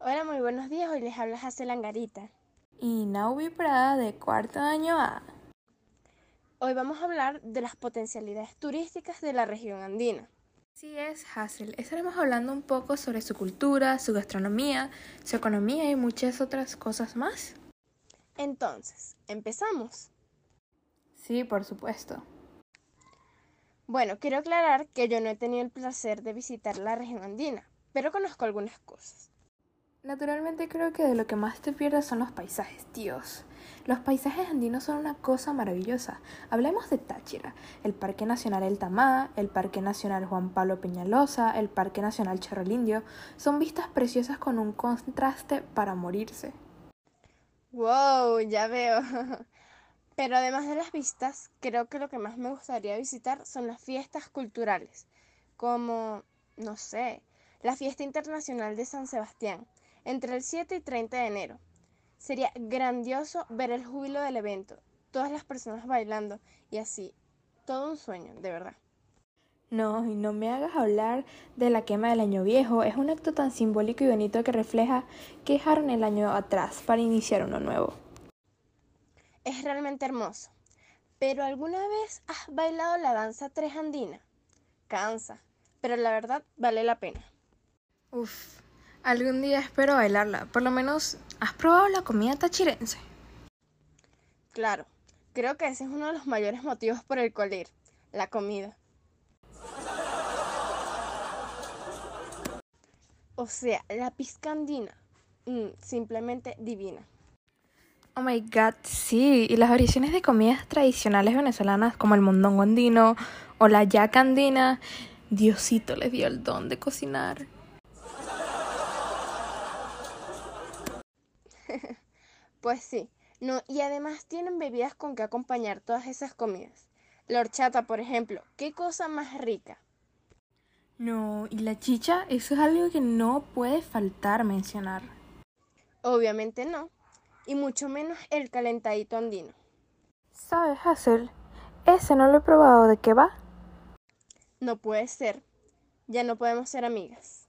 Hola, muy buenos días. Hoy les habla Hazel Angarita. Y Naubi Prada de cuarto año A. Hoy vamos a hablar de las potencialidades turísticas de la región andina. Así es, Hazel. Estaremos hablando un poco sobre su cultura, su gastronomía, su economía y muchas otras cosas más. Entonces, ¿empezamos? Sí, por supuesto. Bueno, quiero aclarar que yo no he tenido el placer de visitar la región andina, pero conozco algunas cosas. Naturalmente creo que de lo que más te pierdes son los paisajes, Dios. Los paisajes andinos son una cosa maravillosa. Hablemos de Táchira, el Parque Nacional El Tamá, el Parque Nacional Juan Pablo Peñalosa, el Parque Nacional Cerro El Indio. Son vistas preciosas con un contraste para morirse. ¡Wow! Ya veo. Pero además de las vistas, creo que lo que más me gustaría visitar son las fiestas culturales, como, no sé, la Fiesta Internacional de San Sebastián, entre el 7 y 30 de enero. Sería grandioso ver el júbilo del evento, todas las personas bailando y así, todo un sueño, de verdad. No, y no me hagas hablar de la quema del año viejo. Es un acto tan simbólico y bonito que refleja que dejaron el año atrás para iniciar uno nuevo. Es realmente hermoso. ¿Pero alguna vez has bailado la danza tres andina? Cansa, pero la verdad vale la pena. Uf, algún día espero bailarla. Por lo menos, ¿has probado la comida tachirense? Claro, creo que ese es uno de los mayores motivos por el cual ir, la comida. O sea, la pizca andina, simplemente divina. Oh my god, sí. Y las variaciones de comidas tradicionales venezolanas como el mondongo andino o la yaca andina. Diosito les dio el don de cocinar. Pues sí, no, y además tienen bebidas con que acompañar todas esas comidas. La horchata, por ejemplo, qué cosa más rica. No, y la chicha, eso es algo que no puede faltar mencionar. Obviamente no, y mucho menos el calentadito andino. ¿Sabes, Hazel? Ese no lo he probado. ¿De qué va? No puede ser, ya no podemos ser amigas.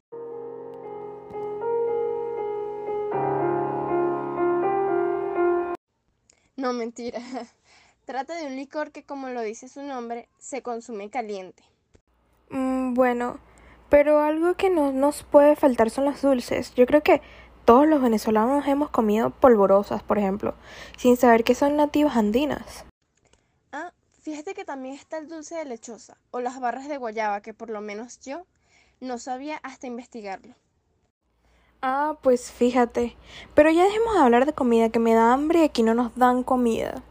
No, mentira. Trata de un licor que, como lo dice su nombre, se consume caliente. Bueno, pero algo que no nos puede faltar son los dulces. Yo creo que todos los venezolanos hemos comido polvorosas, por ejemplo, sin saber que son nativas andinas. Ah, fíjate que también está el dulce de lechosa o las barras de guayaba que por lo menos yo no sabía hasta investigarlo. Ah, pues fíjate. Pero ya dejemos de hablar de comida, que me da hambre y aquí no nos dan comida.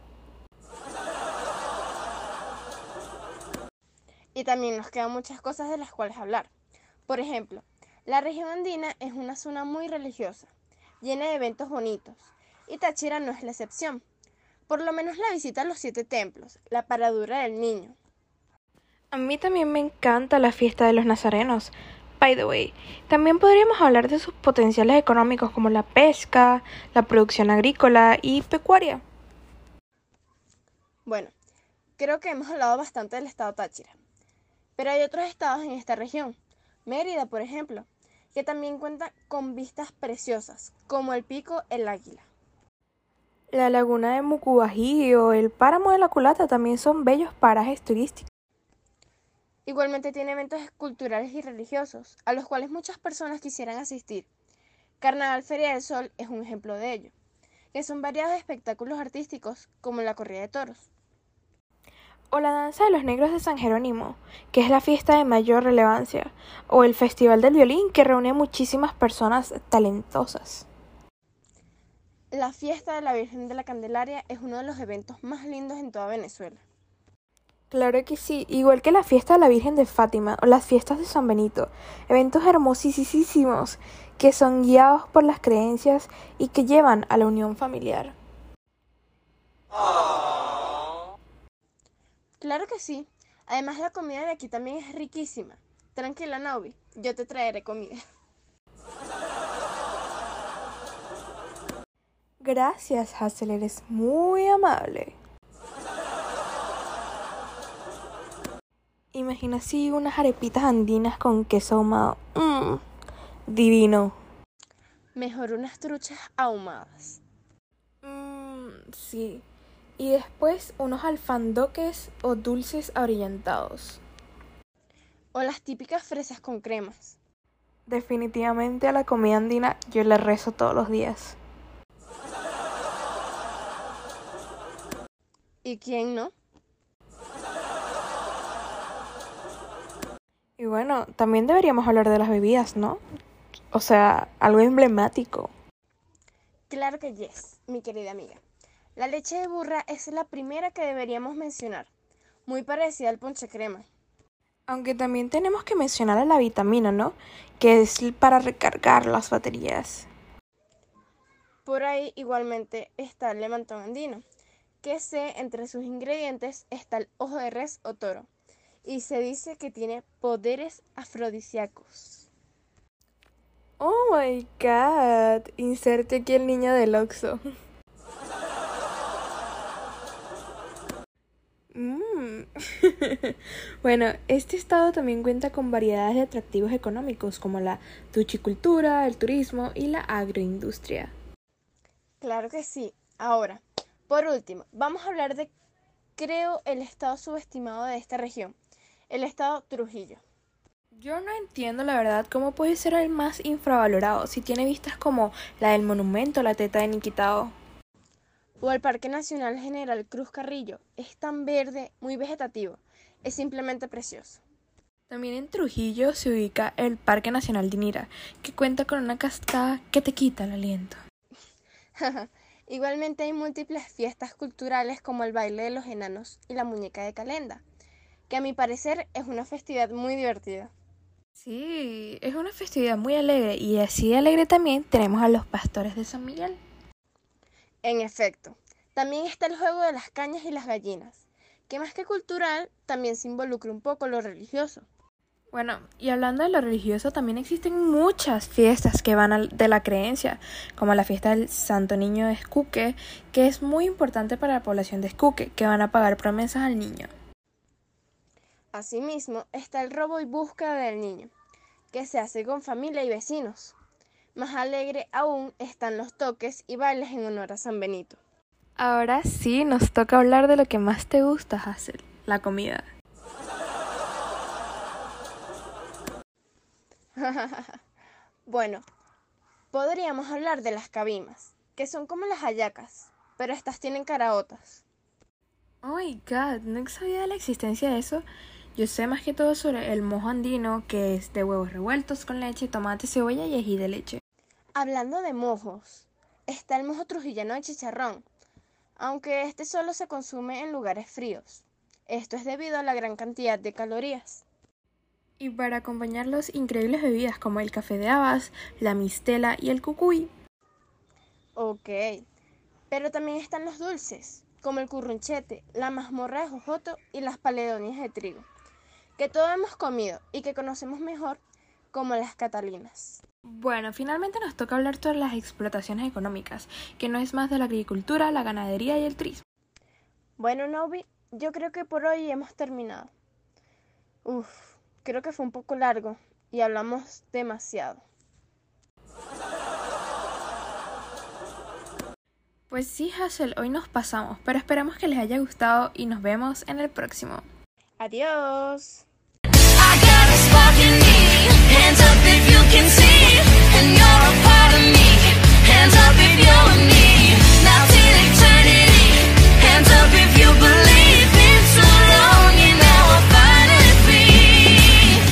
Y también nos quedan muchas cosas de las cuales hablar. Por ejemplo, la región andina es una zona muy religiosa, llena de eventos bonitos, y Táchira no es la excepción. Por lo menos la visita a los 7 templos, la paradura del niño. A mí también me encanta la fiesta de los nazarenos. By the way, también podríamos hablar de sus potenciales económicos como la pesca, la producción agrícola y pecuaria. Bueno, creo que hemos hablado bastante del estado Táchira, pero hay otros estados en esta región. Mérida, por ejemplo, que también cuenta con vistas preciosas, como el pico El Águila. La laguna de Mucubají o el páramo de la Culata también son bellos parajes turísticos. Igualmente tiene eventos culturales y religiosos, a los cuales muchas personas quisieran asistir. Carnaval Feria del Sol es un ejemplo de ello, que son variados espectáculos artísticos, como la corrida de toros. O la danza de los negros de San Jerónimo, que es la fiesta de mayor relevancia, o el Festival del Violín, que reúne muchísimas personas talentosas. La fiesta de la Virgen de la Candelaria es uno de los eventos más lindos en toda Venezuela. Claro que sí, igual que la fiesta de la Virgen de Fátima o las fiestas de San Benito, eventos hermosísimos que son guiados por las creencias y que llevan a la unión familiar. Claro que sí. Además la comida de aquí también es riquísima. Tranquila, Naubi, yo te traeré comida. Gracias, Hazel, eres muy amable. Imagina así unas arepitas andinas con queso ahumado. Divino. Mejor unas truchas ahumadas. Sí. Y después unos alfandoques o dulces abrillantados. O las típicas fresas con cremas. Definitivamente a la comida andina yo le rezo todos los días. ¿Y quién no? Y bueno, también deberíamos hablar de las bebidas, ¿no? O sea, algo emblemático. Claro que yes, mi querida amiga. La leche de burra es la primera que deberíamos mencionar, muy parecida al ponche crema. Aunque también tenemos que mencionar a la vitamina, ¿no? Que es para recargar las baterías. Por ahí igualmente está el lemantón andino, que entre sus ingredientes está el ojo de res o toro, y se dice que tiene poderes afrodisíacos. Oh my god, inserte aquí el niño del Oxxo. Bueno, este estado también cuenta con variedades de atractivos económicos como la tuchicultura, el turismo y la agroindustria. Claro que sí. Ahora, por último, vamos a hablar de, creo, el estado subestimado de esta región, el estado Trujillo. Yo no entiendo la verdad cómo puede ser el más infravalorado si tiene vistas como la del monumento, la teta de Niquitao. O el Parque Nacional General Cruz Carrillo, es tan verde, muy vegetativo, es simplemente precioso. También en Trujillo se ubica el Parque Nacional Dinira, que cuenta con una cascada que te quita el aliento. Igualmente hay múltiples fiestas culturales como el baile de los enanos y la muñeca de Calenda, que a mi parecer es una festividad muy divertida. Sí, es una festividad muy alegre y así de alegre también tenemos a los pastores de San Miguel. En efecto, también está el juego de las cañas y las gallinas, que más que cultural también se involucra un poco lo religioso. Bueno, y hablando de lo religioso, también existen muchas fiestas que van de la creencia, como la fiesta del Santo Niño de Escuque, que es muy importante para la población de Escuque, que van a pagar promesas al niño. Asimismo, está el robo y búsqueda del niño, que se hace con familia y vecinos. Más alegre aún están los toques y bailes en honor a San Benito. Ahora sí, nos toca hablar de lo que más te gusta, Hazel, la comida. Bueno, podríamos hablar de las cabimas, que son como las hallacas, pero estas tienen caraotas. Oh my god, no sabía de la existencia de eso. Yo sé más que todo sobre el mojo andino, que es de huevos revueltos con leche, tomate, cebolla y ají de leche. Hablando de mojos, está el mojo trujillano de chicharrón, aunque este solo se consume en lugares fríos. Esto es debido a la gran cantidad de calorías. Y para acompañar las increíbles bebidas como el café de habas, la mistela y el cucuy. Ok, pero también están los dulces, como el currunchete, la mazmorra de jojoto y las paledonias de trigo, que todos hemos comido y que conocemos mejor como las catalinas. Bueno, finalmente nos toca hablar sobre las explotaciones económicas, que no es más de la agricultura, la ganadería y el turismo. Bueno, Novi, yo creo que por hoy hemos terminado. Uf, creo que fue un poco largo y hablamos demasiado. Pues sí, Hazel, hoy nos pasamos, pero esperamos que les haya gustado y nos vemos en el próximo. Adiós.